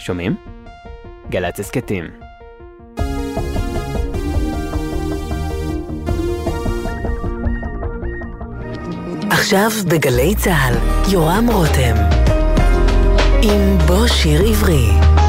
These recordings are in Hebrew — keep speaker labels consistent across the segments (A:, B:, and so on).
A: שומעים? גל"צ הסכתים.
B: עכשיו בגלי צהל, יורם רותם עם בו שיר עברי.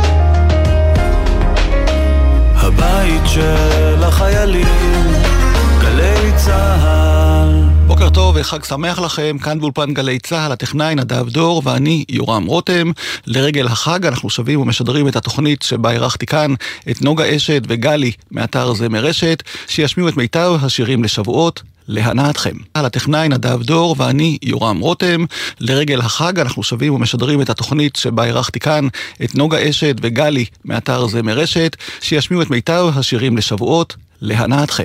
C: הבית של החיילים, גלי צהל.
D: בוקר טוב וחג שמח לכם, כאן באולפן גלי צהל, הטכנאי נדב דור ואני יורם רותם. לרגל החג אנחנו שבים ומשדרים את התוכנית שבה ערכתי כאן את נוגה אשת וגלי מאתר זמר רשת, שישמיעו את מיטב השירים לשבועות. להנאתכם. על הטכנאי נדב דור ואני יורם רותם. לרגל החג אנחנו שבים ומשדרים את התוכנית שבה ערכתי כאן את נוגה אשת וגלי מאתר זמר רשת, שישמיעו את מיטב השירים לשבועות. להנאתכם.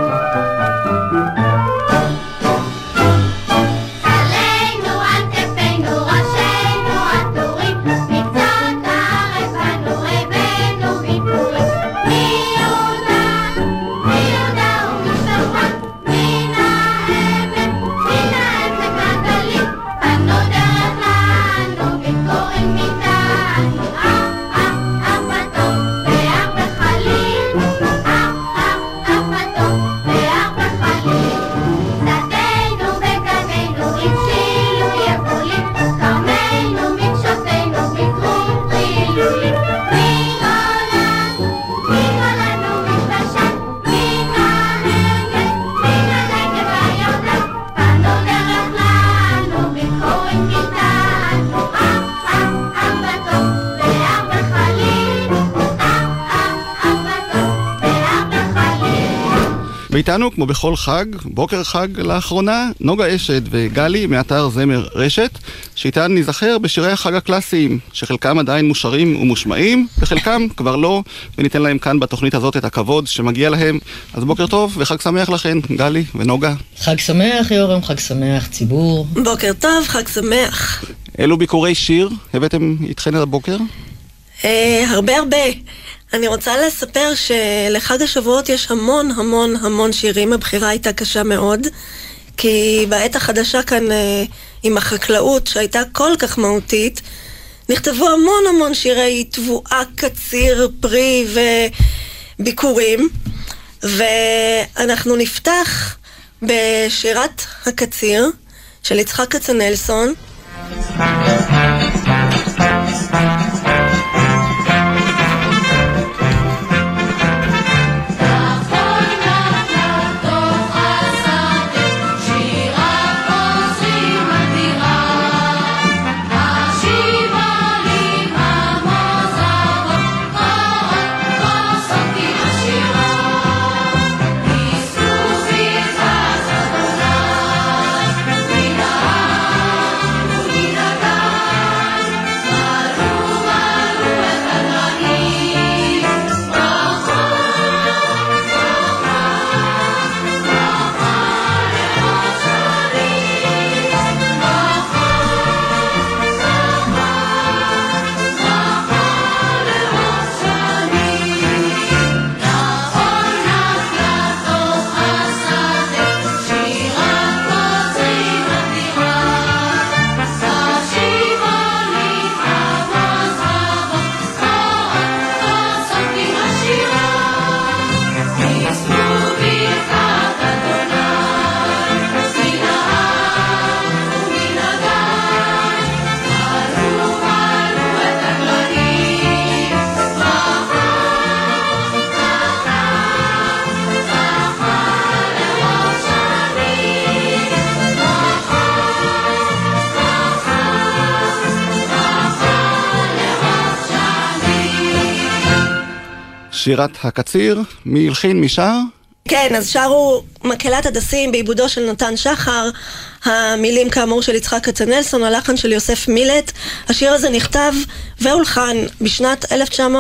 D: ואיתנו, כמו בכל חג, בוקר חג לאחרונה, נוגה אשת וגלי מאתר זמר רשת, שאיתן נזכר בשירי החג הקלאסיים, שחלקם עדיין מושרים ומושמעים, וחלקם כבר לא, וניתן להם כאן בתוכנית הזאת את הכבוד שמגיע להם. אז בוקר טוב וחג שמח לכן, גלי ונוגה.
E: חג שמח יורם, חג שמח ציבור.
F: בוקר טוב, חג שמח.
D: אילו ביקורי שיר הבאתם איתכן על הבוקר?
F: הרבה. אני רוצה לספר שלחג השבועות יש המון שירים. הבחירה הייתה קשה מאוד, כי בעת החדשה כאן עם החקלאות שהייתה כל כך מהותית, נכתבו המון שירי תבואה, קציר, פרי וביקורים. ואנחנו נפתח בשירת הקציר של יצחק כצנלסון.
D: שירת הקציר, מי הלחין, מי שר?
F: כן, אז שרו מקהלת הדסים בעיבודו של נתן שחר, המילים כאמור של יצחק כצנלסון, הלחן של יוסף מילט. השיר הזה נכתב והולחן בשנת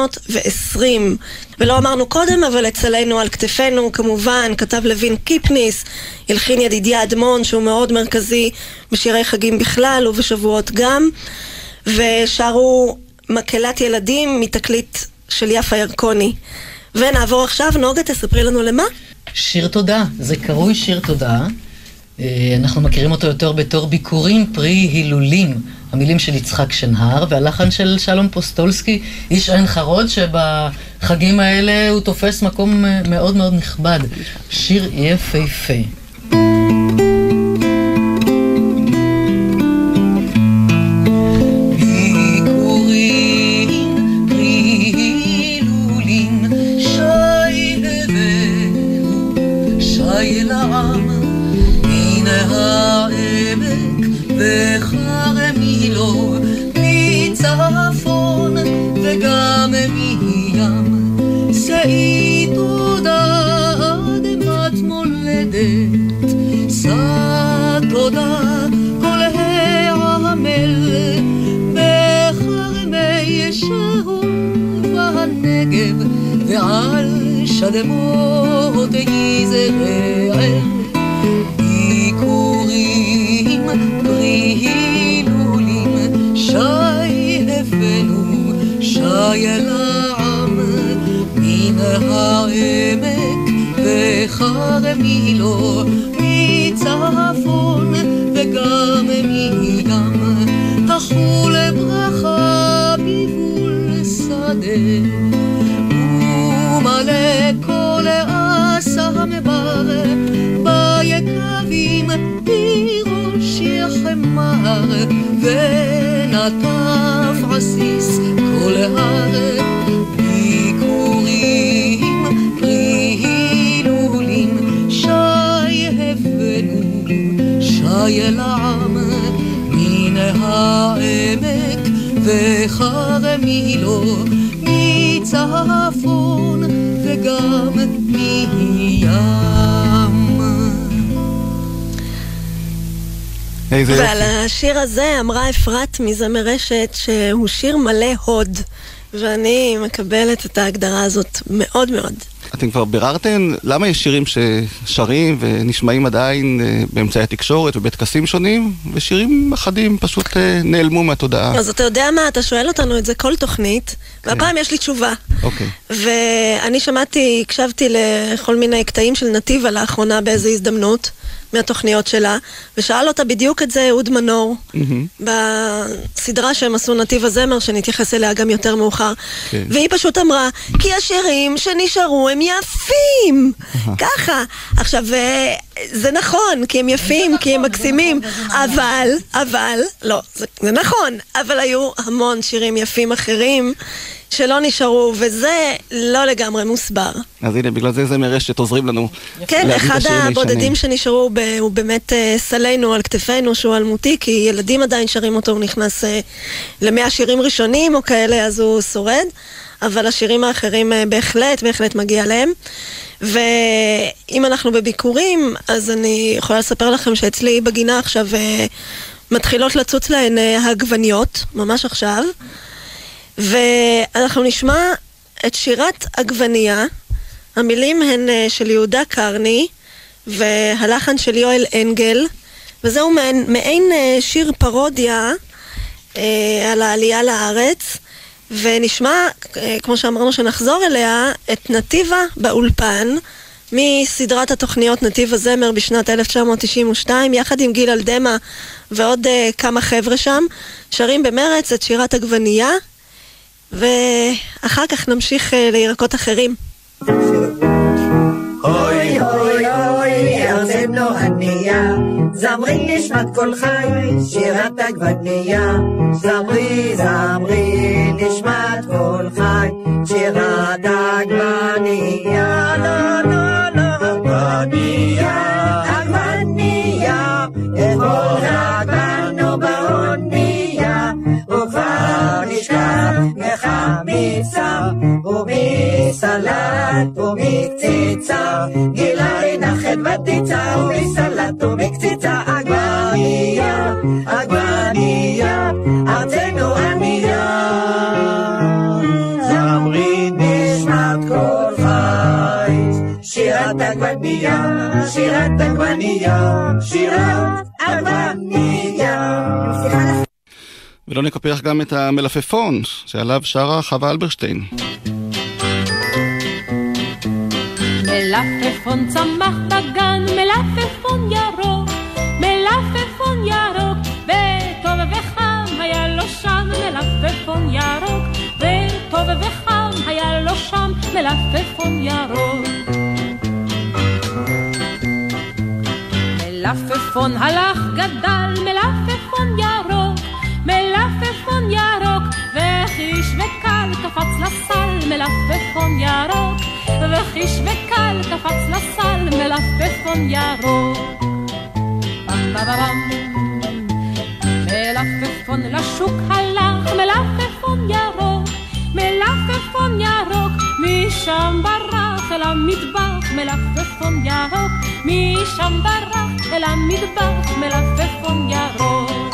F: 1920, ולא אמרנו קודם, אבל אצלנו על כתפינו כמובן כתב לוין קיפניס, הלחין ידידיה אדמון שהוא מאוד מרכזי בשירי חגים בכלל ובשבועות גם, ושרו מקהלת ילדים מתקליט של יפה ירקוני. ונעבור עכשיו, נוגה, תספרי לנו למה?
E: שיר תודה, זה קרוי שיר תודה. אנחנו מכירים אותו יותר בתור ביקורים פרי הילולים המילים של יצחק שנהר, והלחן של שלום פוסטולסקי, איש עין חרוד, שבחגים האלה הוא תופס מקום מאוד מאוד נכבד. שיר יפהפה.
G: מצפון וגם מים, שאי תודה אדמת מולדת, שא תודה כל העמל בחרמי שרון והנגב ועל שדמות יזרעאל, ביקורים פריהילולים שי הבנו שי אל העם מן העמק וחרמי לו מצפון וגם מים, תחו לברכה ביבול שדה ומלא כל עשה מבר ביקבים בראש יחמר ונטף עסיס כל הר, ביקורים פריהילולים שי הבנו שי אל העם מן העמק וחרמי לו מצפון וגם מים.
F: ועל השיר הזה אמרה אפרת מזמר רשת שהוא שיר מלא הוד, ואני מקבלת את ההגדרה הזאת מאוד מאוד.
D: אתם כבר ביררתם למה יש שירים ששרים ונשמעים עדיין באמצעי התקשורת ובטקסים שונים, ושירים אחדים פשוט נעלמו מהתודעה?
F: אז אתה יודע מה, אתה שואל אותנו את זה כל תוכנית, והפעם יש לי תשובה. ואני הקשבתי לכל מיני קטעים של נתיבה לאחרונה באיזו הזדמנות מהתוכניות שלה, ושאל אותה בדיוק את זה אהוד מנור, בסדרה שהם עשו נתיב הזמר, שנתייחס אליה גם יותר מאוחר. והיא פשוט אמרה, כי השירים שנשארו הם יפים! ככה. עכשיו, זה נכון, כי הם יפים, כי הם מקסימים, אבל, לא, זה נכון, אבל היו המון שירים יפים אחרים, שלא נשארו, וזה לא לגמרי מוסבר.
D: אז הנה, בגלל זה זמר רשת עוזרים לנו.
F: כן, אחד הבודדים שנשארו הוא באמת סלינו על כתפינו, שהוא אלמותי, כי ילדים עדיין שרים אותו, הוא נכנס ל100 שירים ראשונים או כאלה, אז הוא שורד, אבל השירים האחרים בהחלט מגיע להם. ואם אנחנו בביקורים, אז אני יכולה לספר לכם שאצלי בגינה עכשיו מתחילות לצוץ להן הגווניות, ממש עכשיו, ואנחנו נשמע את שירת עגבנייה. המילים הן של יהודה קרני והלחן של יואל אנגל, וזהו מעין שיר פרודיה על העלייה לארץ. ונשמע, כמו שאמרנו שנחזור אליה, את נתיבה באולפן מסדרת התוכניות נתיב הזמר בשנת 1992, יחד עם גיל אלדמה ועוד כמה חבר'ה שם, שרים במרץ את שירת עגבנייה, ואחר כך נמשיך לירקות אחרים.
H: אוי אוי אוי ארצנו ענייה, זמרי נשמת כל חי שירת עגבנייה, זמרי זמרי נשמת כל חי שירת עגבנייה, לא לא לא עגבנייה עגבנייה, אתמול עגבנו באונייה וכבר נשכב מחמיצה ומסלט ומקציצה, גילי נחת ותיצה ומסלט ומקציצה, עגבנייה עגבנייה ארצנו ענייה, זמרי נשמת כל חי שירת עגבנייה, שירת עגבנייה, שירת עגבנייה.
D: ולא נקפח גם את המלפפון שעליו שרה חווה אלברשטיין.
I: מלפפון צמח בגן, מלפפון ירוק, מלפפון ירוק, וטוב וחם מלפפון ירוק, וטוב וחם היה לו שם מלפפון ירוק. מלפפון הלך גדל, מלפפון ירוק, מלפפון ירוק, וחיש וקל קפץ לסל, מלפפון ירוק, וחיש וקל קפץ לסל, מלפפון ירוק. מלפפון לשוק הלך, מלפפון ירוק, מלפפון ירוק, משם ברח אל המטבח, מלפפון ירוק, משם ברח אל המטבח, מלפפון ירוק.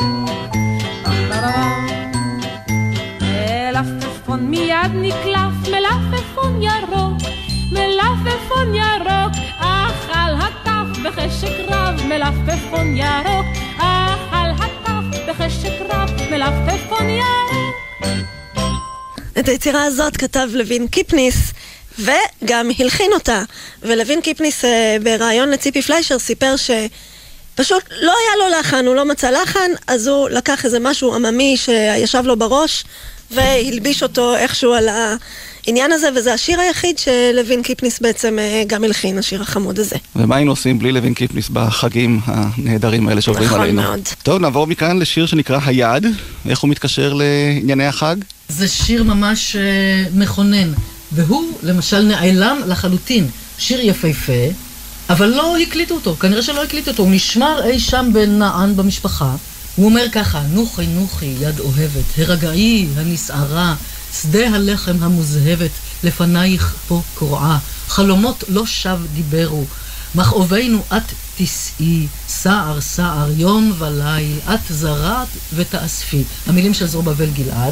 I: מלפפון מיד נקלף, מלפפון ירוק, מלפפון ירוק, אכל הטף בחשק רב, מלפפון ירוק, אכל הטף בחשק רב, מלפפון ירוק.
F: את היצירה הזאת כתב לוין קיפניס וגם הלחין אותה, ולוין קיפניס ברעיון לציפי פליישר סיפר שפשוט לא היה לו לחן, הוא לא מצא לחן, אז הוא לקח איזה משהו עממי שישב לו בראש והלביש אותו איכשהו על העניין הזה, וזה השיר היחיד שלוין קיפניס בעצם גם הלחין, השיר החמוד הזה.
D: ומה היינו עושים בלי לוין קיפניס בחגים הנהדרים האלה שעוברים עלינו?
F: נכון מאוד.
D: טוב, נעבור מכאן לשיר שנקרא היד. איך הוא מתקשר לענייני החג?
E: זה שיר ממש מכונן, והוא למשל נעלם לחלוטין. שיר יפהפה, אבל לא הקליטו אותו, כנראה שלא הקליטו אותו, הוא נשמר אי שם בנען במשפחה. הוא אומר ככה: נוחי נוחי יד אוהבת, הרגעי הנסערה, שדה הלחם המוזהבת, לפנייך פה קורעה, חלומות לא שב דיברו, מכאובינו את תסעי, סער סער יום וליל, את זרעת ותאספי. המילים של זרובבל גלעד,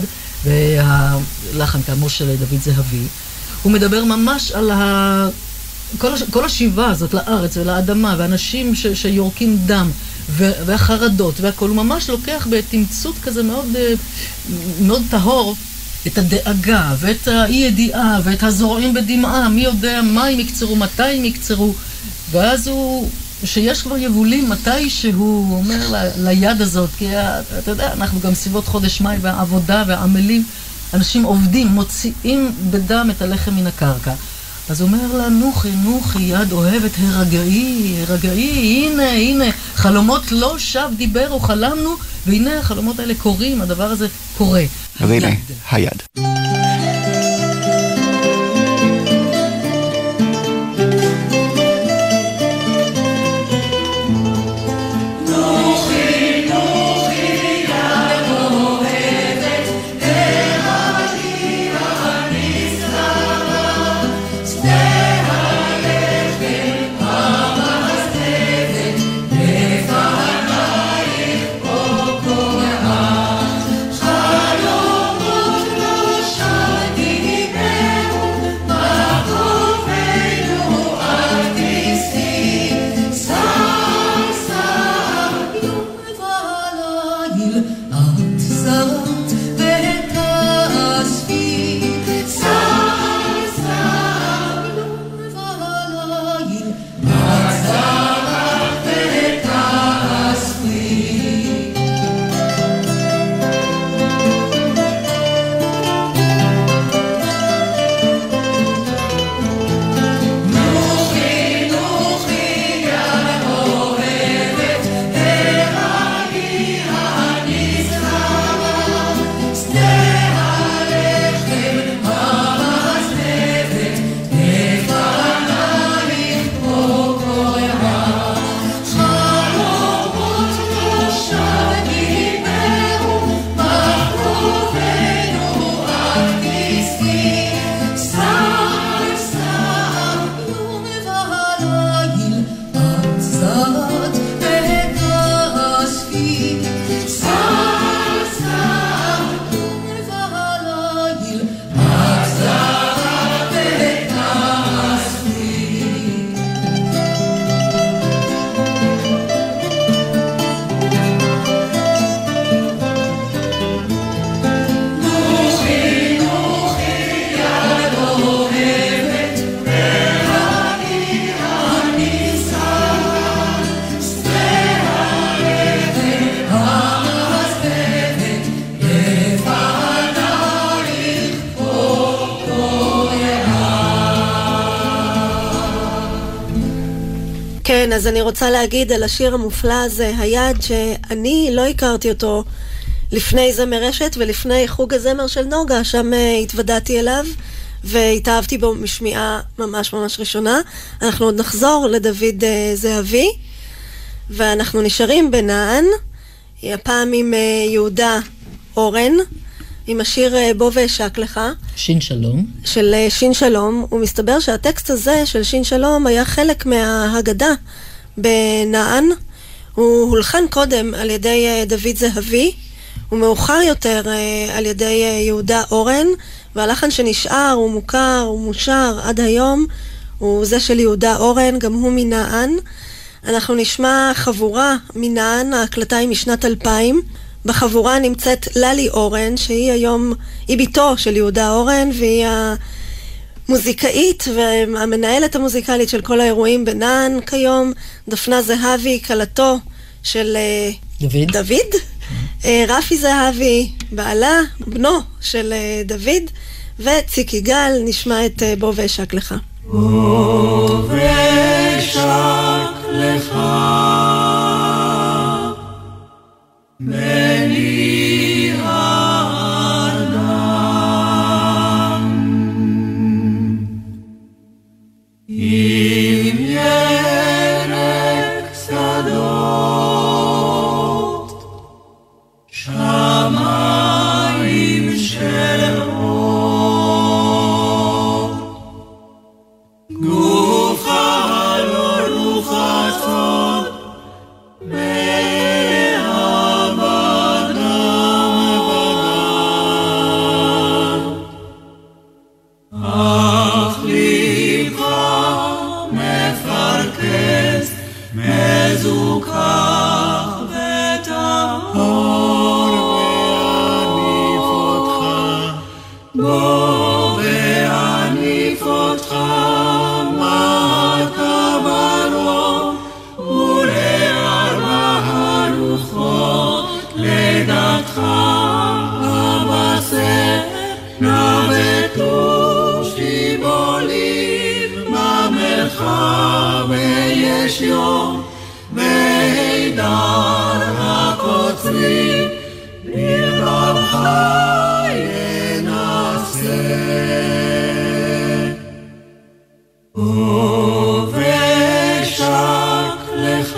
E: והלחן כאמור של דוד זהבי. הוא מדבר ממש על כל השיבה הזאת לארץ ולאדמה, ואנשים שיורקים דם, והחרדות והכל. הוא ממש לוקח בתמצות כזה מאוד, מאוד טהור את הדאגה ואת האי ידיעה ואת הזורעים בדמעה, מי יודע מה הם יקצרו, מתי הם יקצרו. ואז הוא, שיש כבר יבולים מתי שהוא אומר ליד הזאת, כי אתה יודע, אנחנו גם סביבות חודש מאי והעבודה והעמלים, אנשים עובדים, מוציאים בדם את הלחם מן הקרקע. אז הוא אומר לה: נוחי נוחי יד אוהבת, הרגעי הרגעי, הנה הנה, חלומות לא שב דיברו, חלמנו, והנה החלומות האלה קורים, הדבר הזה קורה.
D: והנה היד.
G: חלומות לא
F: כן, אז אני רוצה להגיד על השיר המופלא הזה, היד שאני לא הכרתי אותו לפני זמר רשת ולפני חוג הזמר של נוגה, שם התוודעתי אליו והתאהבתי בו משמיעה ממש ממש ראשונה. אנחנו עוד נחזור לדוד זהבי, ואנחנו נשארים בנען, הפעם עם יהודה אורן, עם השיר בוא ואשק לך.
E: שין שלום.
F: של שין שלום. ומסתבר שהטקסט הזה של שין שלום היה חלק מההגדה בנען. הוא הולחן קודם על ידי דוד זהבי, ומאוחר יותר על ידי יהודה אורן, והלחן שנשאר הוא מוכר, הוא מושר עד היום, הוא זה של יהודה אורן, גם הוא מנען. אנחנו נשמע חבורה מנען, ההקלטה היא משנת 2000. בחבורה נמצאת ללי אורן, שהיא היום, היא ביתו של יהודה אורן, והיא המוזיקאית והמנהלת המוזיקלית של כל האירועים בנען כיום. דפנה זהבי, קלתו של דוד. רפי זהבי, בעלה, בנו של דוד, וציקי גל. נשמע את בוא ואשק לך.
C: בוא ואשק לך בני האדם, עם ירק שדות, שמיים של אור, גוף על רוחצות מזוכח וטהור ואניף אותך, בוא ואניף אותך מכה ברום ולארבע הרוחות לדעתך הבשר נא ותלוש תיבולים במרחב ויש יום וידר הקוצרים בלבבך ינסה. בוא ואשק לך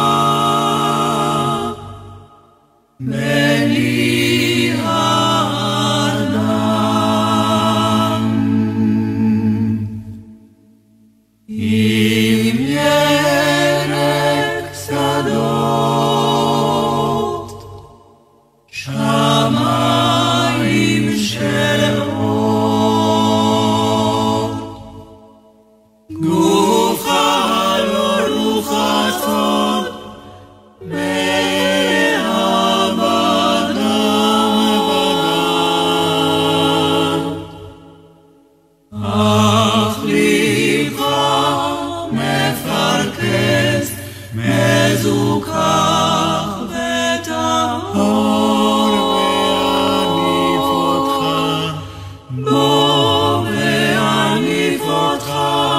C: בני האדם, עם ירק שדות, שמיים של אור, גוף על רוחצות באהבת בדם, אך ליבך מפרכס מזוכח וטהור ואניף אותך, בוא ואניף אותך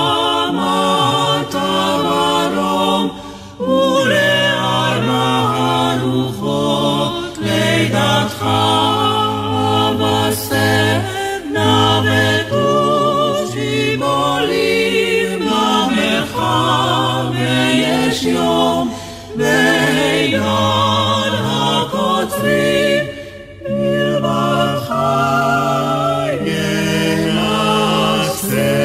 C: מטה ברום ולארבע הרוחות לידתך הבשר נא ותלוש תיבולים במרחב ויש יום ויד הקוצרים בלבבך ינסה.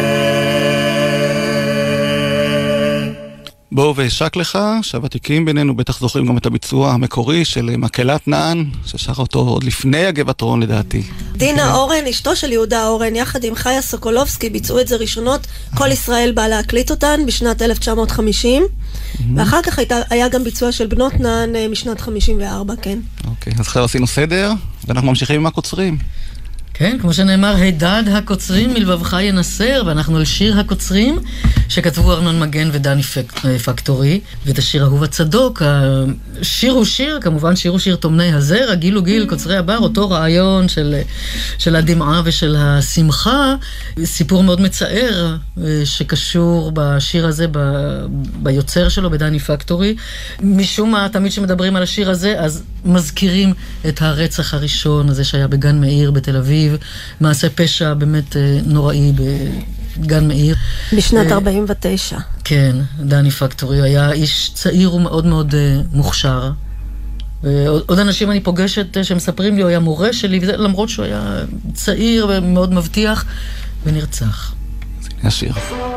D: בוא ואשק לך, שהוותיקים בינינו בטח זוכרים גם את הביצוע המקורי של מקהלת נען, ששר אותו עוד לפני הגבעתרון לדעתי.
F: דינה אורן, אשתו של יהודה אורן, יחד עם חיה סוקולובסקי, ביצעו את זה ראשונות. כל ישראל בא להקליט אותן בשנת 1950, ואחר כך היה גם ביצוע של בנות נען משנת 54, כן.
D: אוקיי, אז עכשיו עשינו סדר, ואנחנו ממשיכים עם הקוצרים.
E: כן, כמו שנאמר, הידד הקוצרים מלבבך ינסר, ואנחנו על שיר הקוצרים שכתבו ארנון מגן ודני פקטורי, ואת השיר אהוב הצדוק. השיר הוא שיר, כמובן שיר הוא שיר תומני הזרע, גיל הוא גיל, קוצרי הבר, אותו רעיון של הדמעה ושל השמחה, סיפור מאוד מצער שקשור בשיר הזה, ביוצר שלו, בדני פקטורי. משום מה, תמיד שמדברים על השיר הזה, אז מזכירים את הרצח הראשון הזה שהיה בגן מאיר בתל אביב, מעשה פשע באמת נוראי בגן מאיר.
F: בשנת 49.
E: כן, דני פקטורי היה איש צעיר ומאוד מאוד מוכשר. עוד אנשים אני פוגשת שמספרים לי, הוא היה מורה שלי, למרות שהוא היה צעיר ומאוד מבטיח, ונרצח.
D: זה השיר.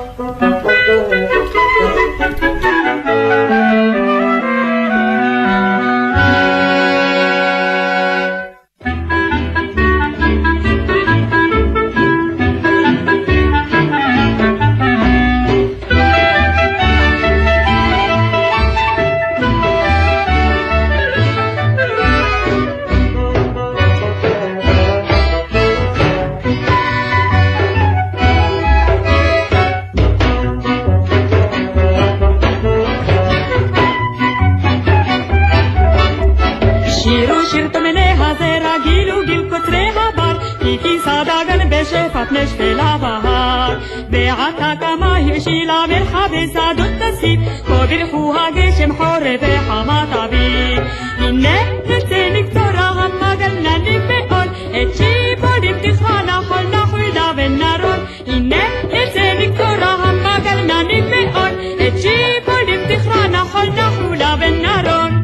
J: שפת נשפלה בהר ועתה כמה הבשילה מרחבי שדות תסיף כה ברכו הגשם חורף וחמת אביב הנה נצא נקצורה המגלננים מאוד את שיבולים תכרה נחול נחולדה ונרון הנה נצא נקצורה המגלננים מאוד את שיבולים תכרה נחול נחולדה ונרון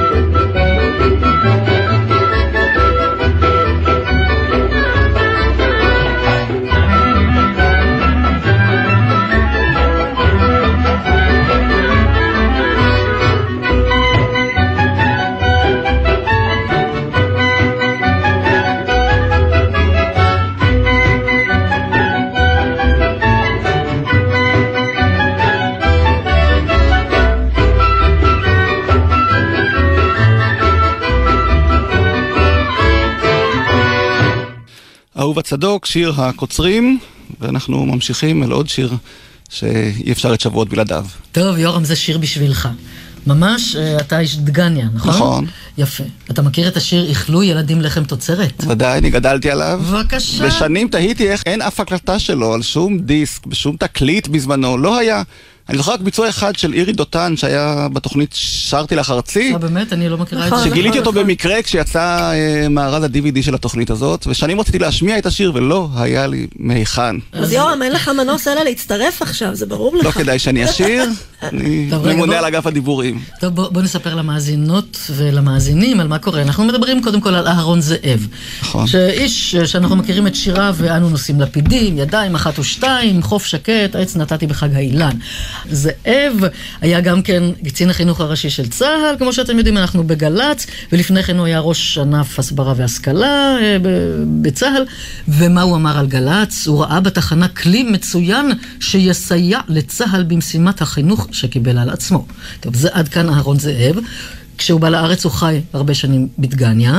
D: אהוב הצדוק, שיר הקוצרים, ואנחנו ממשיכים אל עוד שיר שאי אפשר את שבועות בלעדיו.
E: טוב, יורם, זה שיר בשבילך. ממש, אתה איש דגניה, נכון?
D: נכון.
E: יפה. אתה מכיר את השיר "איכלו ילדים לחם תוצרת"?
D: ודאי, אני גדלתי עליו.
E: בבקשה.
D: בשנים תהיתי איך אין אף הקלטה שלו על שום דיסק, בשום תקליט בזמנו, לא היה. אני זוכר רק ביצוע אחד של אירי דותן שהיה בתוכנית שרתי לך ארצי.
E: באמת, אני לא מכירה את זה.
D: שגיליתי אותו במקרה כשיצא מארז ה-DVD של התוכנית הזאת, ושנים רציתי להשמיע את השיר ולא היה לי מהיכן.
F: אז יורם, אין לך מנוס אלא להצטרף עכשיו, זה ברור לך.
D: לא כדאי שאני אשיר, אני ממונה על אגף הדיבורים.
E: טוב, בוא נספר למאזינות ולמאזינים על מה קורה. אנחנו מדברים קודם כל על אהרון זאב.
D: נכון.
E: שאיש שאנחנו מכירים את שיריו, ואנו נוסעים לפידים, ידיים 1 ו2, חוף שקט, העץ נתתי בחג האילן. זאב היה גם כן קצין החינוך הראשי של צה"ל, כמו שאתם יודעים, אנחנו בגלץ, ולפני כן הוא היה ראש ענף הסברה והשכלה בצה"ל, ומה הוא אמר על גלץ? הוא ראה בתחנה כלי מצוין שיסייע לצה"ל במשימת החינוך שקיבל על עצמו. טוב, זה עד כאן אהרון זאב. כשהוא בא לארץ הוא חי הרבה שנים בדגניה,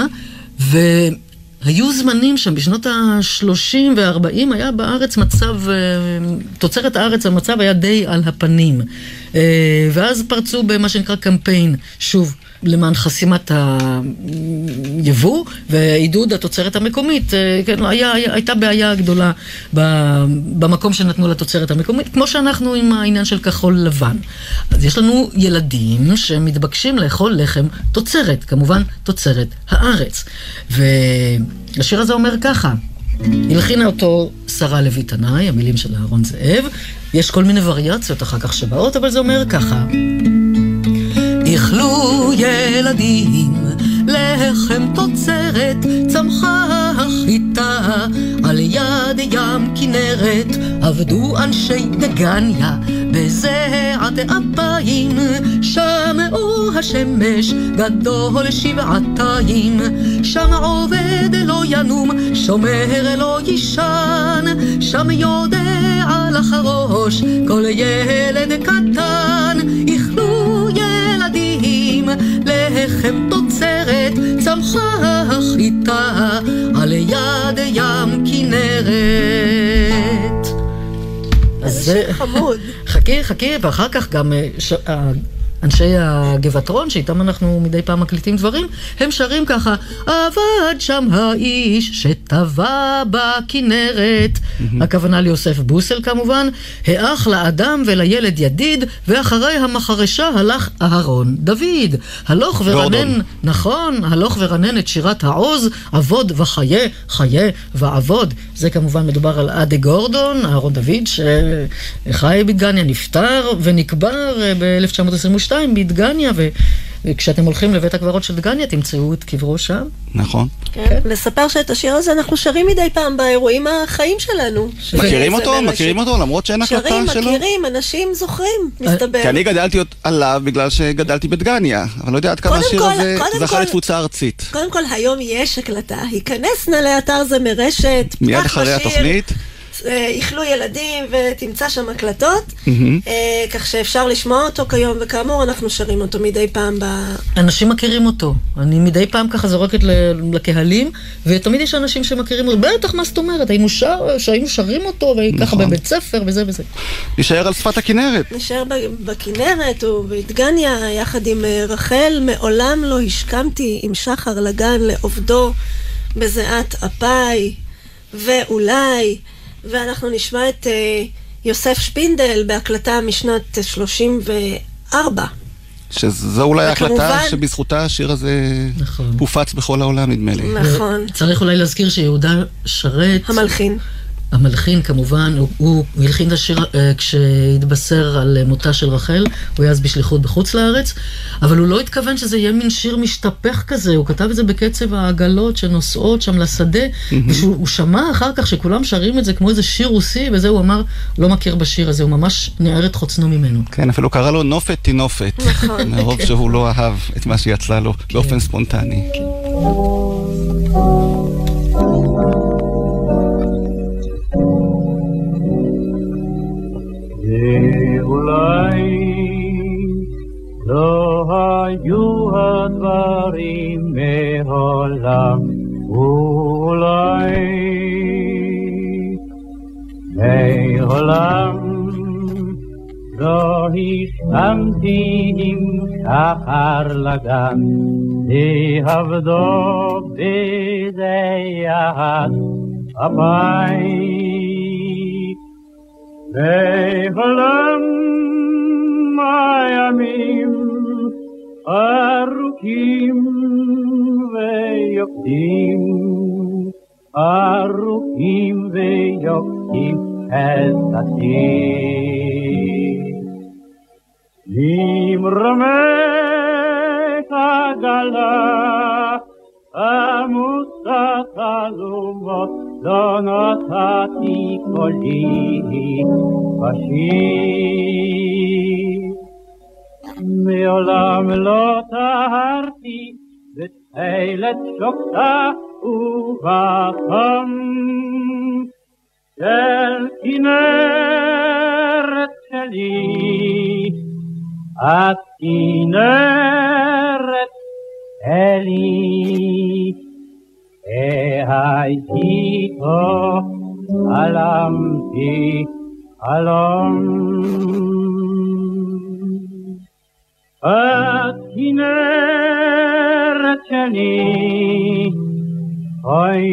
E: היו זמנים שם, בשנות ה-30 וה-40 היה בארץ מצב, תוצרת הארץ המצב היה די על הפנים. ואז פרצו במה שנקרא קמפיין, שוב, למען חסימת היבוא ועידוד התוצרת המקומית. כן, הייתה בעיה גדולה במקום שנתנו לתוצרת המקומית, כמו שאנחנו עם העניין של כחול לבן. אז יש לנו ילדים שמתבקשים לאכול לחם תוצרת, כמובן תוצרת הארץ. והשיר הזה אומר ככה, הלחינה אותו שרה לוי תנאי, המילים של אהרון זאב, יש כל מיני וריאציות אחר כך שבאות, אבל זה אומר ככה, איכלו ילדים לחם תוצרת, צמחה חיטה על יד ים כנרת, עבדו אנשי דגניה בזיעת אפיים, שם אור השמש גדול שבעתיים, שם עובד לא ינום, שומר לא ישן, שם יודע לחרוש כל ילד קטן, איכלו ילדים לחם תוצרת, צמחה חיטה על יד ים כנרת.
F: זה חמוד.
E: חכי, ואחר כך גם אנשי הגבעתרון, שאיתם אנחנו מדי פעם מקליטים דברים, הם שרים ככה, עבד שם האיש שטבע בכנרת, הכוונה ליוסף בוסל כמובן, האח לאדם ולילד ידיד, ואחרי המחרשה הלך אהרון דוד. הלוך ורנן, נכון, הלוך ורנן את שירת העוז, עבוד וחיה, חיה ועבוד. זה כמובן מדובר על אדי גורדון, אהרון דוד, שחי בדגניה, נפטר ונקבר ב-1922 בדגניה, וכשאתם הולכים לבית הקברות של דגניה, תמצאו את קברו שם.
D: נכון.
F: כן, לספר שאת השיר הזה אנחנו שרים מדי פעם באירועים החיים שלנו.
D: מכירים אותו, למרות שאין הקלטה שלו?
F: מכירים, אנשים זוכרים, מסתבר.
D: כי אני גדלתי עליו בגלל שגדלתי בדגניה, אבל לא יודע עד כמה השיר הזה זכה לתפוצה ארצית.
F: קודם כל, היום יש הקלטה, היכנסנה לאתר זה מרשת,
D: מיד אחרי התוכנית.
F: יחלו ילדים ותמצא שם הקלטות, כך שאפשר לשמוע אותו כיום, וכאמור אנחנו שרים אותו מדי פעם
E: אנשים מכירים אותו. אני מדי פעם ככה זורקת לקהלים, ותמיד יש אנשים שמכירים אותו. בטח, מה זאת אומרת? היינו שרים אותו, וככה בבית ספר וזה וזה.
D: נשאר על שפת הכנרת.
F: נשאר בכנרת ובדגניה, יחד עם רחל. מעולם לא השכמתי עם שחר לגן לעובדו בזיעת אפיי, ואולי... ואנחנו נשמע את יוסף שפינדל בהקלטה משנת 34.
D: שזו אולי ההקלטה שבזכותה השיר הזה הופץ בכל העולם, נדמה לי.
F: נכון.
E: צריך אולי להזכיר שיהודה שרת... המלחין כמובן, הוא הלחין את השיר כשהתבשר על מותה של רחל, הוא היה אז בשליחות בחוץ לארץ, אבל הוא לא התכוון שזה יהיה מין שיר משתפך כזה, הוא כתב את זה בקצב העגלות שנוסעות שם לשדה, והוא שמע אחר כך שכולם שרים את זה כמו איזה שיר רוסי, וזה הוא אמר, לא מכיר בשיר הזה, הוא ממש נער את חוצנו ממנו.
D: כן, אפילו קרא לו נופת תינופת, מרוב שהוא לא אהב את מה שיצא לו באופן ספונטני.
K: אולי לא היו הדברים מעולם, אולי מעולם לא השכמתי עם שחר לגן, לעבדו בזיעת אפיי. מעולם הימים ארוכים ויוקדים, ארוכים ויוקדים חסתי. ממרומך הגלה עמוסת חלומות, לא נתתי קולי בשיר. מעולם לא טהרתי בתחילת שוקתה ובחום של כנרת שלי, את כנרת שלי. הייתי פה, חלמתי חלום, את כנרת שלי, אוי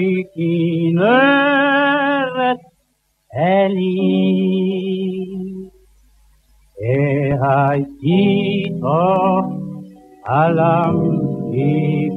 K: כנרת שלי. הייתי פה, חלמתי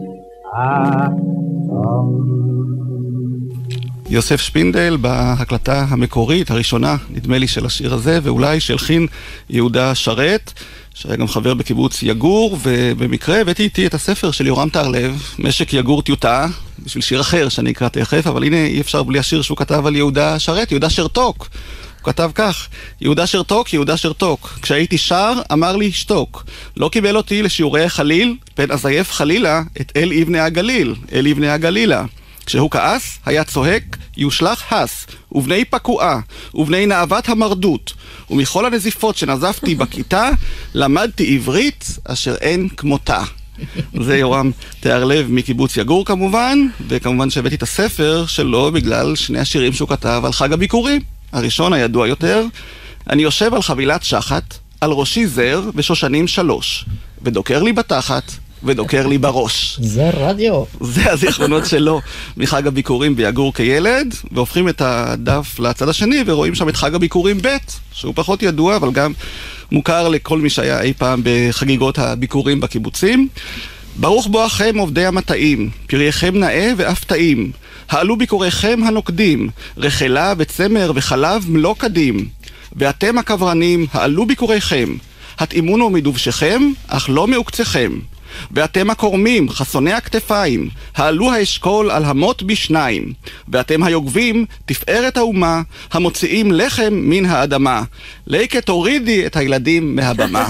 D: יוסף שפינדל בהקלטה המקורית הראשונה, נדמה לי, של השיר הזה, ואולי שהלחין יהודה שרת, שהיה גם חבר בקיבוץ יגור, ובמקרה הבאתי איתי את הספר של יורם טהרלב, משק יגור טיוטה, בשביל שיר אחר שאני אקרא תכף, אבל הנה אי אפשר בלי השיר שהוא כתב על יהודה שרת, יהודה שרתוק. הוא כתב כך: יהודה שרתוק, יהודה שרתוק, כשהייתי שר אמר לי שתוק, לא קיבל אותי לשיעורי חליל, פן אזייף חלילה את אל אבני הגליל, אל אבני הגלילה. כשהוא כעס, היה צועק, יושלח הס, ובני פקועה, ובני נאוות המרדות, ומכל הנזיפות שנזפתי בכיתה, למדתי עברית אשר אין כמותה. זה יורם טהרלב מקיבוץ יגור כמובן, וכמובן שהבאתי את הספר שלו בגלל שני השירים שהוא כתב על חג הביקורים. הראשון הידוע יותר, אני יושב על חבילת שחת, על ראשי זר ושושנים 3, ודוקר לי בתחת, ודוקר לי בראש.
E: זה רדיו.
D: זה הזיכרונות שלו מחג הביקורים ביגור כילד, והופכים את הדף לצד השני ורואים שם את חג הביקורים ב', שהוא פחות ידוע אבל גם מוכר לכל מי שהיה אי פעם בחגיגות הביקורים בקיבוצים. ברוך בואכם עובדי המטעים, פרייכם נאה ואף טעים, העלו ביקוריכם הנוקדים, רחלה וצמר וחלב מלוא קדים, ואתם הקברנים, העלו ביקוריכם, התאימונו מדובשכם, אך לא מעוקצכם. ואתם הקורמים, חסוני הכתפיים, העלו האשכול על המות בשניים. ואתם היוגבים, תפארת האומה, המוציאים לחם מן האדמה. ליקה תורידי את הילדים מהבמה.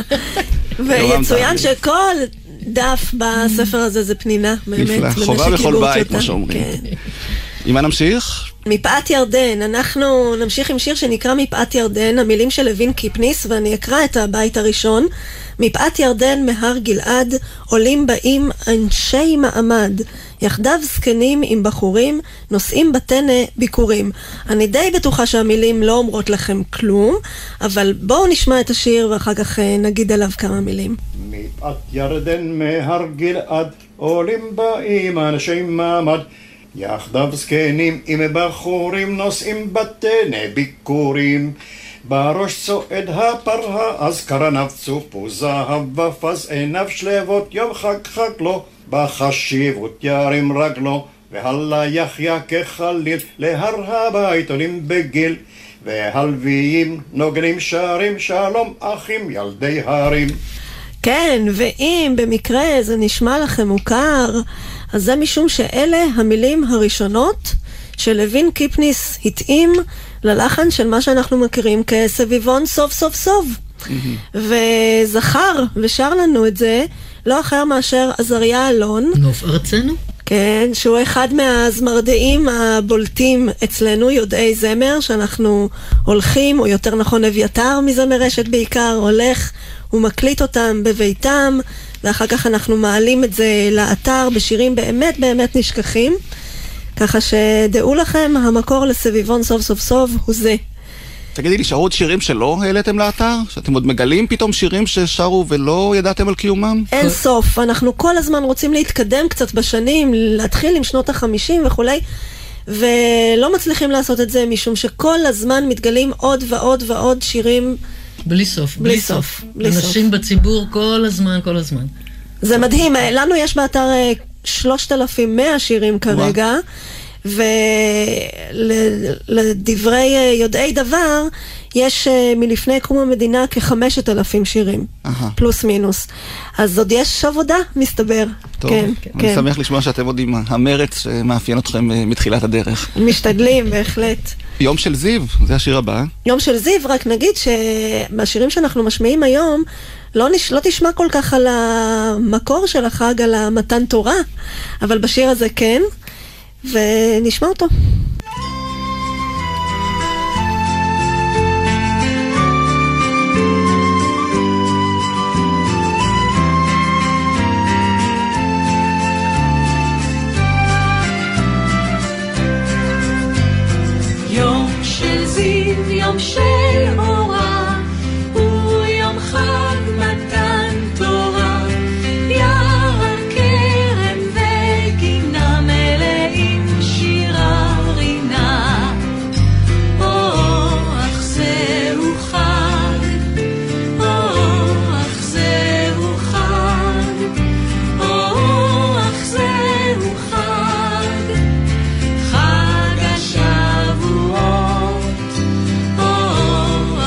F: ויצוין שכל דף בספר הזה זה פנינה.
D: נפלא, חובה בכל בית, כמו שאומרים. עם מה נמשיך?
F: מפאת ירדן, אנחנו נמשיך עם שיר שנקרא מפאת ירדן, המילים של לוין קיפניס, ואני אקרא את הבית הראשון. מפאת ירדן מהר גלעד, עולים באים אנשי מעמד, יחדיו זקנים עם בחורים, נושאים בטנא ביקורים. אני די בטוחה שהמילים לא אומרות לכם כלום, אבל בואו נשמע את השיר ואחר כך נגיד עליו כמה מילים.
L: מפאת ירדן מהר גלעד, עולים באים אנשי מעמד, יחדיו זקנים עם בחורים, נושאים בטנא ביקורים. בראש צועד הפרה, אז קרניו צופו זהב ופז, עיניו שלבות יום חג חג לו, בחשיבות ירים רגלו, והלה יחיה כחליל, להר הבית עולים בגיל, והלוויים נוגנים שרים, שלום אחים ילדי הרים.
F: כן, ואם במקרה זה נשמע לכם מוכר, אז זה משום שאלה המילים הראשונות שלוין קיפניס התאים ללחן של מה שאנחנו מכירים כסביבון סוף סוף סוף. וזכר ושר לנו את זה לא אחר מאשר עזריה אלון.
E: נוף ארצנו.
F: כן, שהוא אחד מהזמרדעים הבולטים אצלנו, יודעי זמר, שאנחנו הולכים, או יותר נכון אביתר מזמר רשת בעיקר, הולך ומקליט אותם בביתם, ואחר כך אנחנו מעלים את זה לאתר בשירים באמת באמת נשכחים. ככה שדעו לכם, המקור לסביבון סוף סוף סוף הוא זה.
D: תגידי לי, שרו עוד שירים שלא העליתם לאתר? שאתם עוד מגלים פתאום שירים ששרו ולא ידעתם על קיומם?
F: אין סוף, אנחנו כל הזמן רוצים להתקדם קצת בשנים, להתחיל עם שנות ה-50 וכולי, ולא מצליחים לעשות את זה משום שכל הזמן מתגלים עוד ועוד ועוד שירים
E: בלי סוף, בלי סוף. אנשים בציבור כל הזמן, כל הזמן.
F: זה מדהים, לנו יש באתר 3,100 שירים כרגע, ולדברי יודעי דבר, יש מלפני קום המדינה כ5,000 שירים, פלוס מינוס. אז עוד יש עבודה, מסתבר.
D: טוב, אני שמח לשמוע שאתם עוד עם המרץ שמאפיין אתכם מתחילת הדרך.
F: משתדלים, בהחלט.
D: יום של זיו, זה השיר הבא.
F: יום של זיו, רק נגיד שבשירים שאנחנו משמיעים היום, לא תשמע כל כך על המקור של החג, על המתן תורה, אבל בשיר הזה כן, ונשמע אותו.
C: יום של זיו, יום של אורה, הוא יום חג מתן תורה, יער כרם וגינה מלאים שירה רינה. אך זהו חג, אך זהו חג, אך זהו חג, חג השבועות.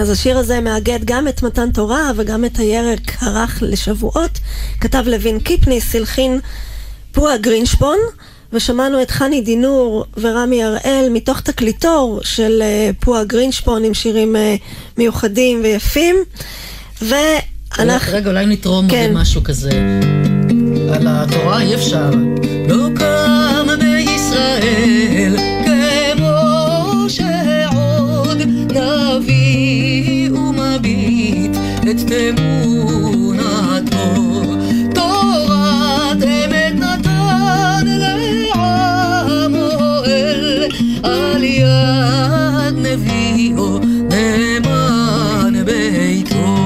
F: אז השיר הזה מאגד גם את מתן תורה וגם את הירק הרך לשבועות. כתב לוין קיפניס, הלחין פועה גרינשפון, ושמענו את חני דינור ורמי הראל מתוך תקליטור של פועה גרינשפון עם שירים מיוחדים ויפים.
E: רגע, אולי נתרום משהו כזה. על התורה אי אפשר. לא קם בישראל כמו שעוד נביא ומביט את תמונתו. תורת אמת נתן לעמו אל, על יד נביאו נאמן ביתו.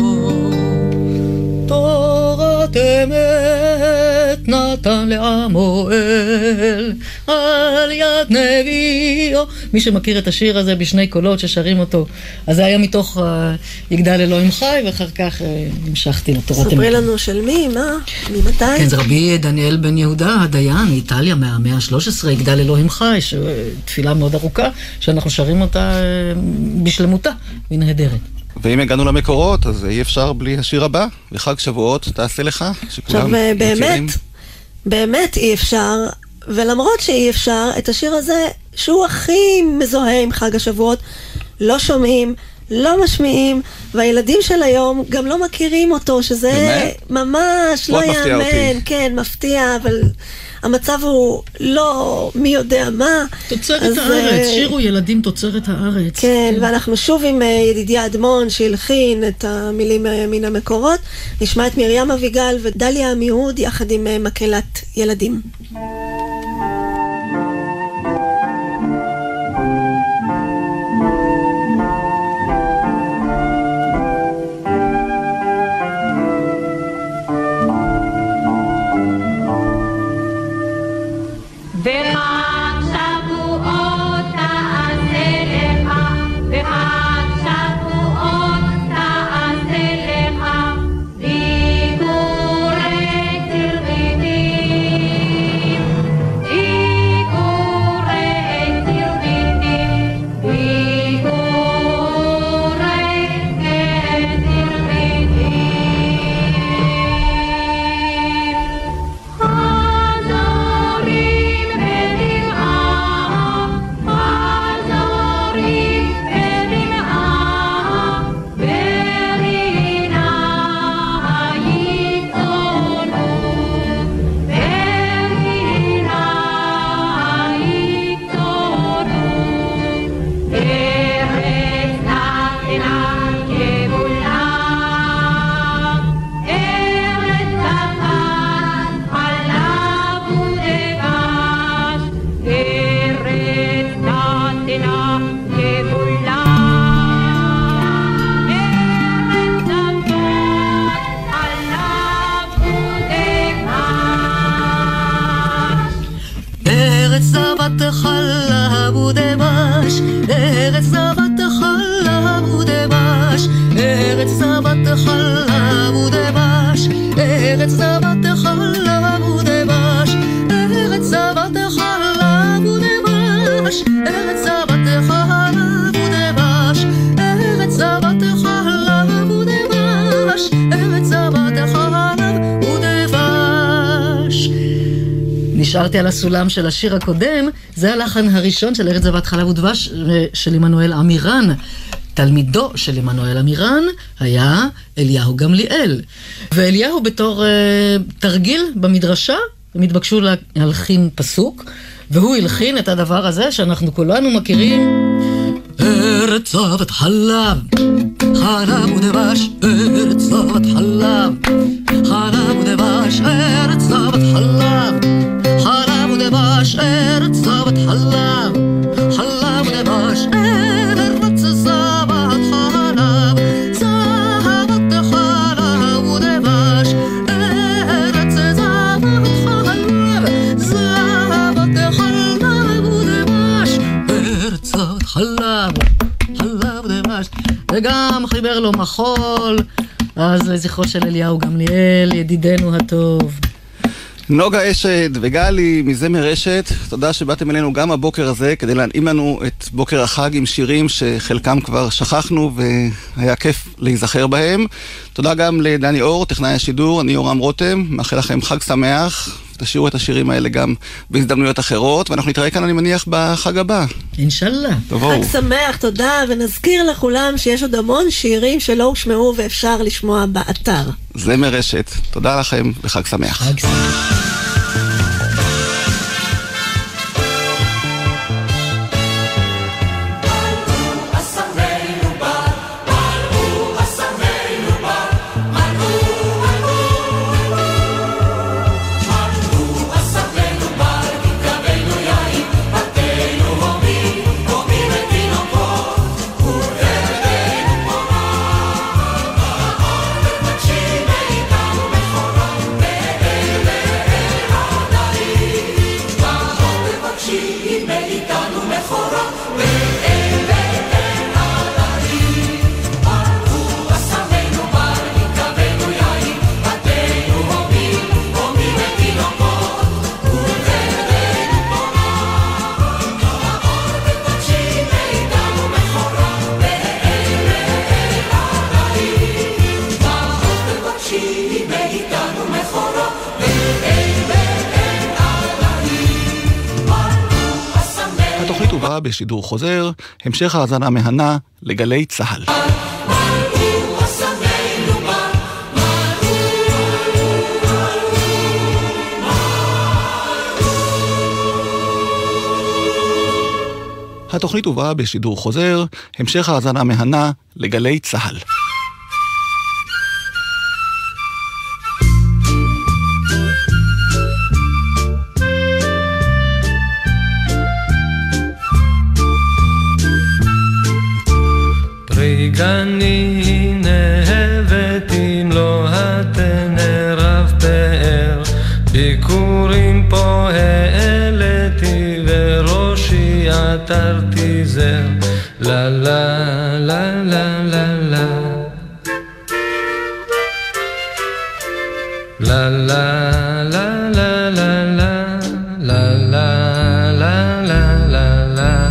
E: תורת אמת נתן לעמו אל, על יד נביאו. מי שמכיר את השיר הזה בשני קולות ששרים אותו, אז זה היה מתוך יגדל אלוהים חי, ואחר כך המשכתי לתורת אמת.
F: ספרי לנו של מי, מה? ממתי?
E: כן, זה רבי דניאל בן יהודה, הדיין, מאיטליה, מהמאה ה-13, יגדל אלוהים חי, תפילה מאוד ארוכה, שאנחנו שרים אותה בשלמותה, מנהדרת.
D: ואם הגענו למקורות, אז אי אפשר בלי השיר הבא, וחג שבועות תעשה לך,
F: עכשיו באמת אי אפשר, ולמרות שאי אפשר, את השיר הזה, שהוא הכי מזוהה עם חג השבועות, לא שומעים, לא משמיעים, והילדים של היום גם לא מכירים אותו, שזה ממש לא יאמן, כן, מפתיע, אבל המצב הוא לא מי יודע מה.
E: תוצרת הארץ, שירו ילדים תוצרת הארץ.
F: כן, ואנחנו שוב עם ידידיה אדמון שהלחין את המילים מן המקורות. נשמע את מרים אביגל ודליה עמיהוד יחד עם מקהלת ילדים.
G: חלב ודבש, ארץ זבת חלב ודבש, ארץ זבת חלב ודבש, ארץ זבת חלב ודבש, ארץ זבת חלב ודבש, ארץ זבת חלב ודבש, ארץ זבת חלב ודבש, ארץ זבת חלב ודבש.
E: נשארתי על הסולם של השיר הקודם, זה הלחן הראשון של ארץ זבת חלב ודבש של עמנואל אמירן. תלמידו של עמנואל אמירן היה אליהו גמליאל. ואליהו בתור תרגיל במדרשה, הם התבקשו להלחין פסוק, והוא הלחין את הדבר הזה שאנחנו כולנו מכירים. ארץ זבת חלב, חלב ודבש, ארץ זבת חלב, חלב ודבש, ארץ זבת חלב, חלב ודבש, ארץ זבת חלב, חלב ודבש, ארץ זבת חלב, זבת חלב ודבש, ארץ זבת חלב, זבת חלב ודבש, ארץ זבת חלב, חלב ודבש. וגם חיבר לו מחול, אז לזכרו של אליהו גמליאל, ידידנו הטוב.
D: נוגה אשת וגלי מזמר אשת, תודה שבאתם אלינו גם הבוקר הזה כדי להנעים לנו את בוקר החג עם שירים שחלקם כבר שכחנו והיה כיף להיזכר בהם. תודה גם לדני אור, טכנאי השידור, אני יורם רותם, מאחל לכם חג שמח, תשאירו את השירים האלה גם בהזדמנויות אחרות, ואנחנו נתראה כאן אני מניח בחג הבא.
E: אינשאללה.
F: חג שמח, תודה, ונזכיר לכולם שיש עוד המון שירים שלא הושמעו ואפשר לשמוע באתר.
D: זמר רשת, תודה לכם וחג שמח.
E: חג שמח.
D: בשידור חוזר, המשך האזנה מהנה לגלי צהל. התוכנית הובאה בשידור חוזר, המשך האזנה מהנה לגלי צהל.
M: גני נהבת אם לא התנא רב פאר ביקורים פה העלתי וראשי עטרתי זר לה לה לה לה לה לה לה לה לה לה לה לה לה לה לה לה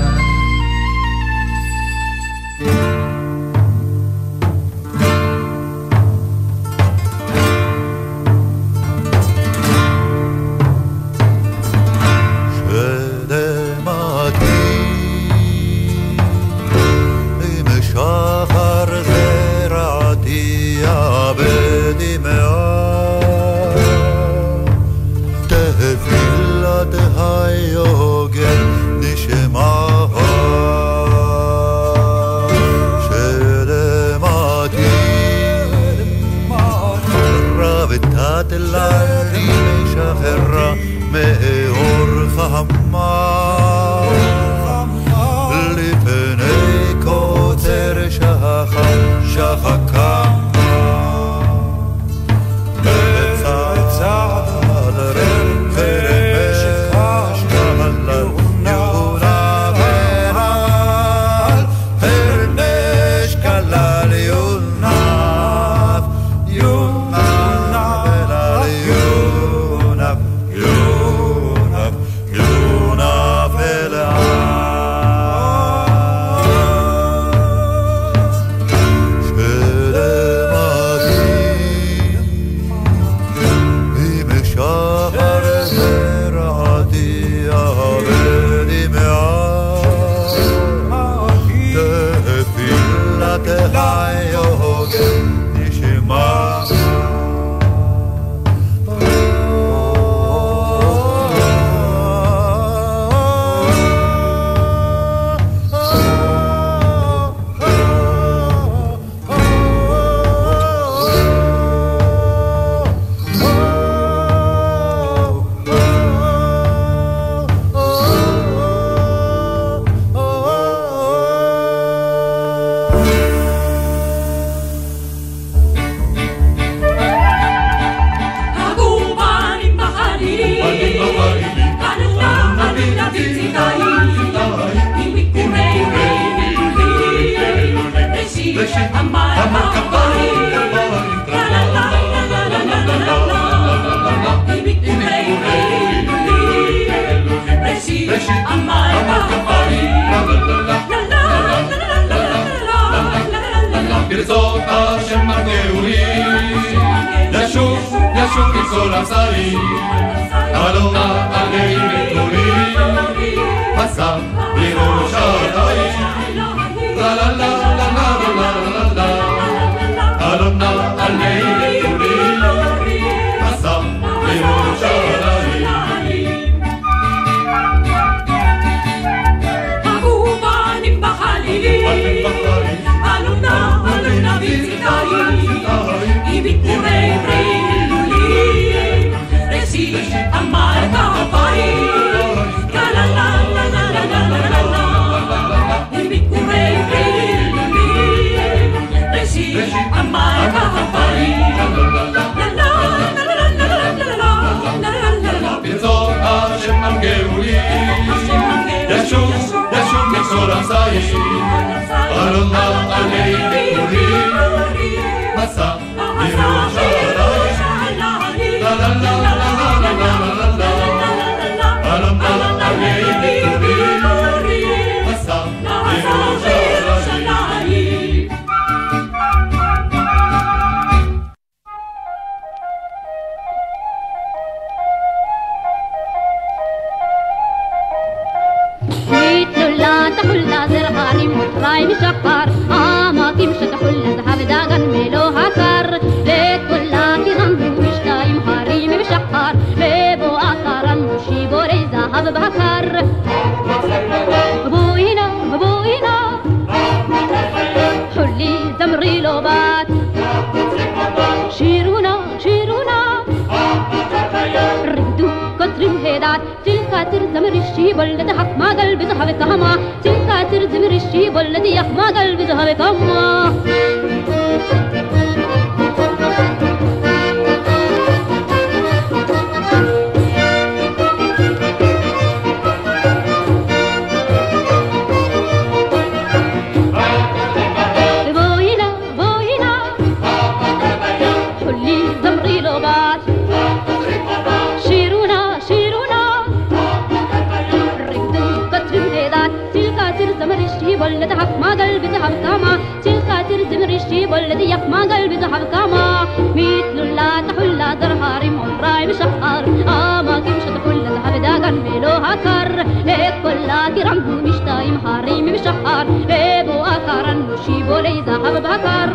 C: Hey,
N: מכל הצעים, הלא נא עלי נטורי, מסע בירושלים, לה לה לה לה לה לה לה לה, הלא נא עלי נטורי, מסע בירושלים.
C: הגובנים בחלילים, הלונה הלונה בציטאי, היא ביקורי פרילים, ראשית המלכה הפעיל, לה לה לה לה לה לה לה לה, היא ביקורי פרילים, ראשית המלכה הפעיל, לה לה לה לה לה לה לה לה,
N: ברצות השם נרגעו לי, ישוב מכל הצעים, הלא נא עלי נטורי, מסע בירושלים, לה לה לה לה לה לה לה לה, הלא נא עלי נטורי, מסע בירושלים.
O: تحل زرغاني مطراي مشقر عماكي مش تحل ذهب داغن ميلو هكر ليك كلاتي غنبو مشتاي محاريمي مشقر بيبو آثارا مشيبو ري ذهب بهكر بوينا بوينا حلي زمري لوبات شيرونا شيرونا ردو كترم هيدات تلكاتر زمر الشيب الذي حق ما قلبي ذهب كهما تلكاتر زمر الشيب الذي يحق ما قلبي ذهب كهما بوينا بوينا حلي زمري لوبات شيرونا شيرونا رقدوا كتر مهدات تلكاتر زمر الشيب الذي حق ما قلبي ذهب كاما تلكاتر زمر الشيب الذي يحق ما قلبي ذهب كاما مثل لا تحل درهاري مراي مشقر أماكن شتحل ذهب داغن ميلو هكر هيك كلاتي رمبو مشتاي محاريمي مشقر بيبو أكارا نشيبو لي ذهب بهكر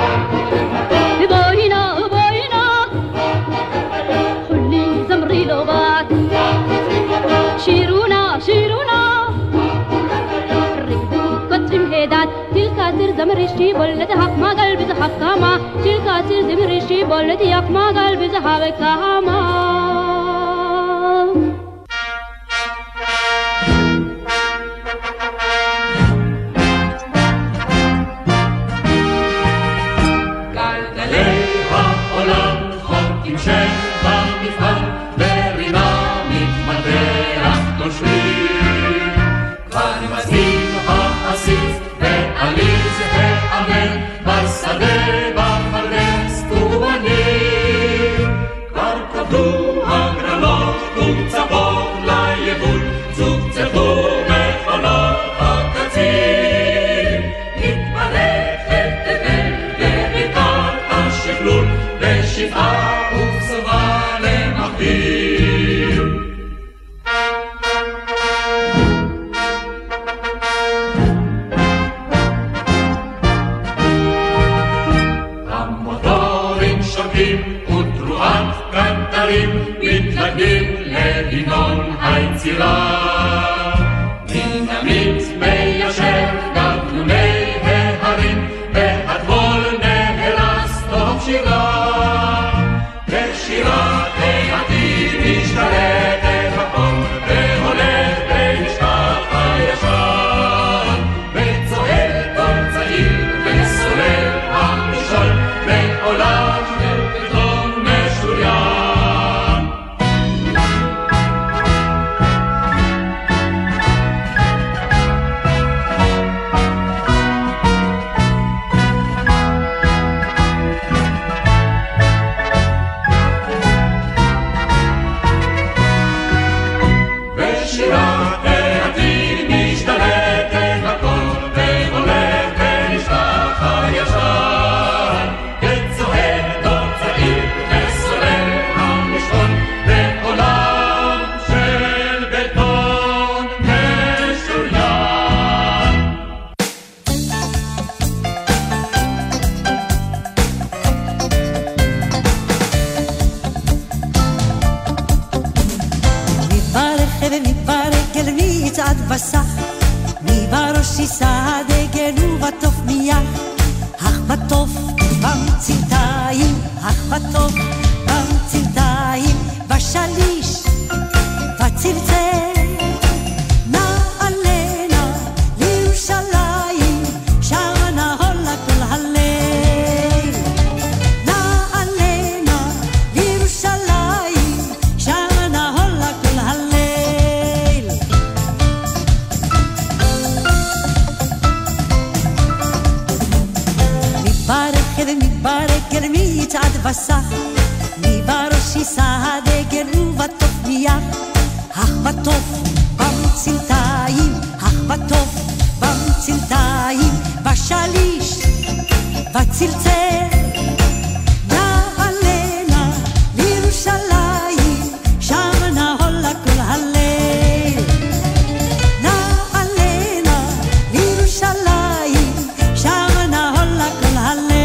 O: بوينا بوينا حلي زمري لوبات شيرونا شيرونا رقدوا كتر مهدات تلكاتر زمر الشيب الذي حق ما قلبي ذهب كاما تلكاتر زمر الشيب الذي حق ما قلبي ذهب كاما
P: וסח, מי בראשי סעדה ובטוף מיח, אך בטוף במצלתיים, אך בטוף במצלתיים, בשליש בצלצל. נעלנה לירושלים, שמה נהולה כל הליל. נעלנה לירושלים, שמה נהולה כל הליל. מתברקת מי יצעד וסח, מי בראשי סעדה ובטוף מיח, אך בטוף במצלתיים, אך בטוף במצלתיים, בשליש בצלצל. נעלנה לירושלים, שמה נהולה כל הליל. נעלנה לירושלים, שמה נהולה כל הליל.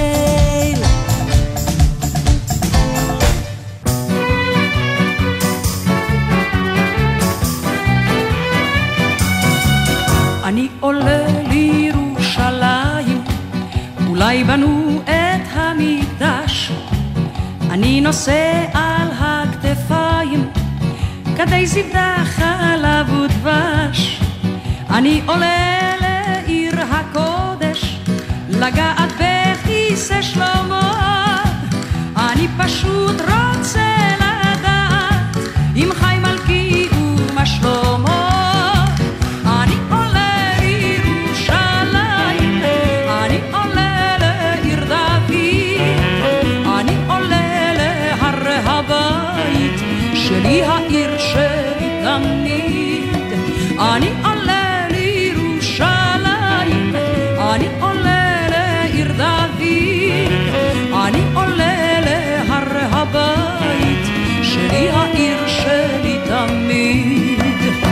Q: אני עולה לירושלים, אולי בנו את המקדש. אני נושא על הכתפיים כדי זבדה חלב ודבש. אני עולה לעיר הקודש, לגעת בכיסא שלמה. אני פשוט רוצה לדעת אם חי מלכי ומה שלמה. שלי העיר שלי תמיד. אני עולה לירושלים, אני עולה לעיר דוד, אני עולה להר הבית, שלי העיר שלי תמיד.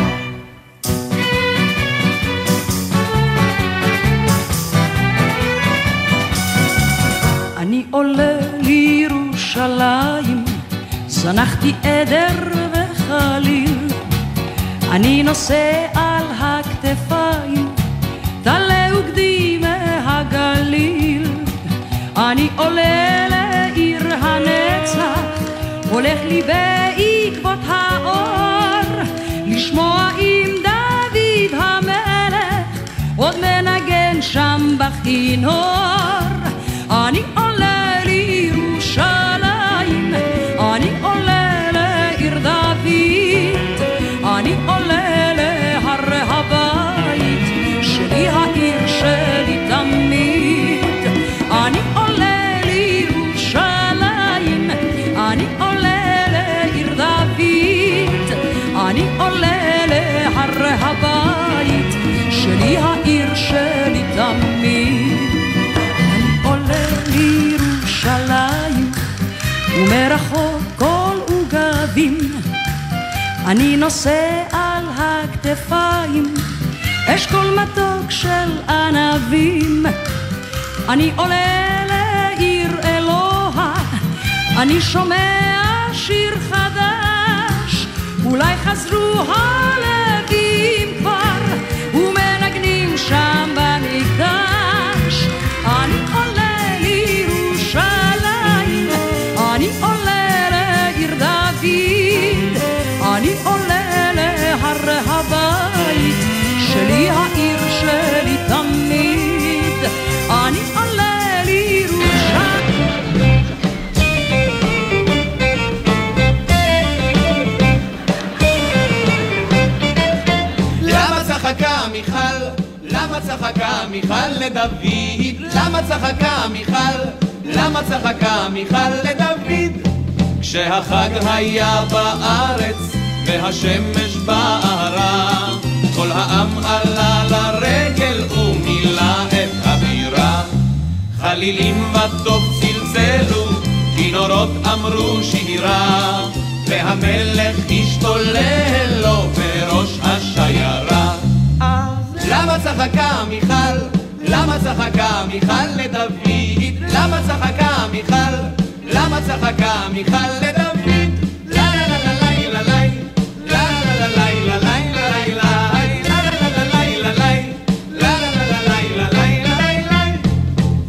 Q: אני עולה לירושלים, זנחתי עדר וחליל, אני נושא על הכתפיים טלה וגדי מהגליל. אני עולה לעיר הנצח, הולך לי בעקבות האור, לשמוע עם דוד המלך עוד מנגן שם בכינור. אני עולה לירושלים, אני עולה לעיר דוד, אני עולה להר הבית, שלי העיר שלי תמיד. אני עולה לירושלים, אני עולה לעיר דוד, אני עולה להר הבית, שלי העיר שלי תמיד. אני עולה לירושלים ומרחוק כל עוגבים, אני נושא על הכתפיים אשכול מתוק של ענבים. אני עולה לעיר אלוה, אני שומע שיר חדש, אולי חזרו הלווים כבר ומנגנים שם במקדש. אני עולה לירושלים, אני עולה לעיר דוד, אני עולה להר הבית, שלי העיר שלי תמיד. אני עולה לירושלים.
R: למה צחקה מיכל? למה צחקה מיכל לדוד? למה צחקה מיכל? למה צחקה מיכל לדוד? כשהחג היה בארץ והשמש בערה, כל העם עלה לרגל ומילא את הבירה. חלילים וטוב צלצלו, כינורות אמרו שירה, והמלך השתולל לו בראש השיירה. למה צחקה מיכל? למה צחקה מיכל לדוד? למה צחקה מיכל? למה צחקה מיכל לדוד? לה לה לה לה לה לה לה לה לה לה לה לה לה לה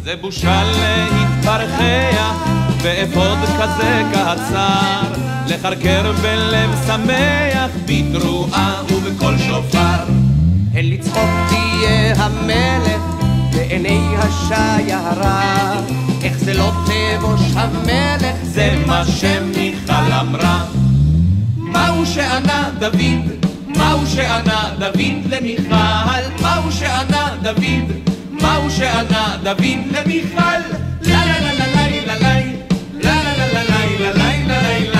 R: זה בושה להתפרחח באפוד כזה קצר, לחרקר בלב שמח בתרועה ובכל שופר.
S: הן לצחוק תהיה המלך בעיני השיירה, איך זה לא תבוש המלך,
R: זה מה שמיכל אמרה. מהו שענה דוד, מהו שענה דוד למיכל, מהו שענה דוד, מהו שענה דוד למיכל. לה לה לה לה לה לה לה לה לה לה לה לה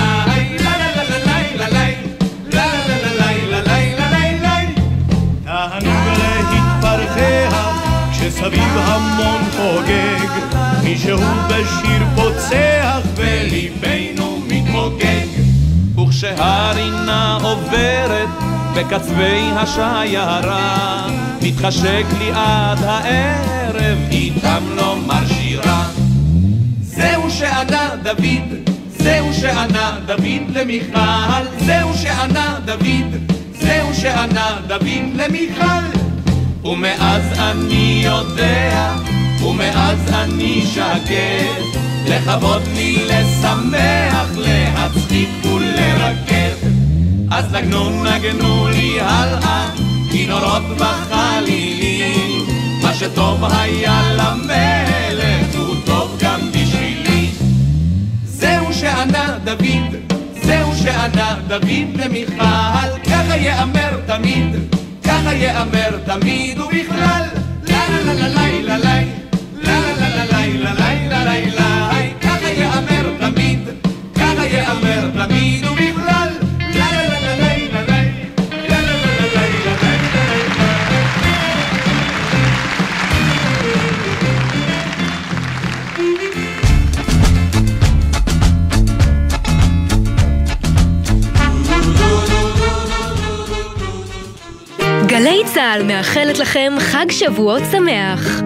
N: סביב המון חוגג, מישהו בשיר פוצח
R: וליבנו מתמוגג. וכשהרינה עוברת בקצווי השיירה, מתחשק לי עד הערב איתם לומר שירה. זהו שענה דוד, זהו שענה דוד למיכל, זהו שענה דוד, זהו שענה דוד למיכל. ומאז אני יודע, ומאז אני שקט, לכבוד לי, לשמח, להצחיק ולרקד. אז נגנו לי הלאה, כינורות וחלילים, מה שטוב היה למלך הוא טוב גם בשבילי. זהו שענה דוד, זהו שענה דוד למיכל, ככה יאמר תמיד, ככה יאמר תמיד ובכלל. לה לה לה לה לה לה לה לה לה לה לה לה, ככה יאמר תמיד, ככה יאמר תמיד ובכלל. לה לה לה לה לה לה לה לה
T: גלי צהל מאחלת לכם חג שבועות שמח.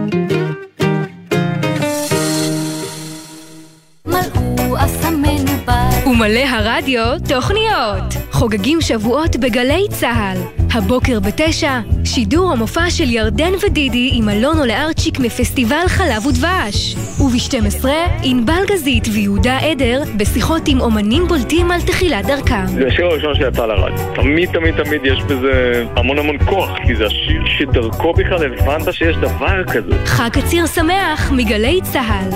O: מלאו אסמנו בר
T: ומלא הרדיו תוכניות. חוגגים שבועות בגלי צהל. הבוקר ב9, שידור המופע של ירדן ודידי עם אלונו לארצ'יק מפסטיבל חלב ודבש. וב12, ענבל גזית ויהודה עדר בשיחות עם אומנים בולטים על תחילת דרכם.
U: זה השיר הראשון שיצא לרדיו. תמיד יש בזה המון כוח, כי זה השיר שדרכו בכלל הבנת שיש דבר כזה.
T: חג קציר שמח מגלי צהל.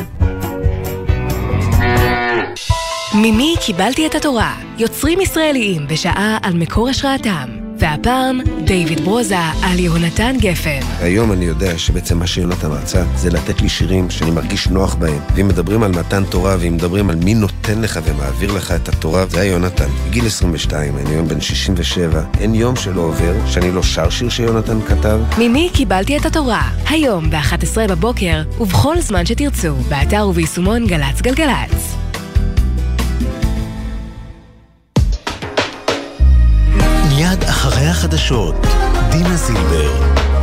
T: ממי קיבלתי את התורה? יוצרים ישראליים בשעה על מקור השראתם. והפעם דיוויד ברוזה על יהונתן גפן.
V: היום אני יודע שבעצם מה שיונתן רצה זה לתת לי שירים שאני מרגיש נוח בהם. ואם מדברים על מתן תורה ואם מדברים על מי נותן לך ומעביר לך את התורה, זה היה יונתן. בגיל 22, אני היום בן 67, אין יום שלא עובר שאני לא שר שיר שיונתן כתב.
T: ממי קיבלתי את התורה? היום ב-11 בבוקר ובכל זמן שתרצו, באתר וביישומון גלץ גלגלץ.
W: מיד אחרי החדשות, דינה זילבר.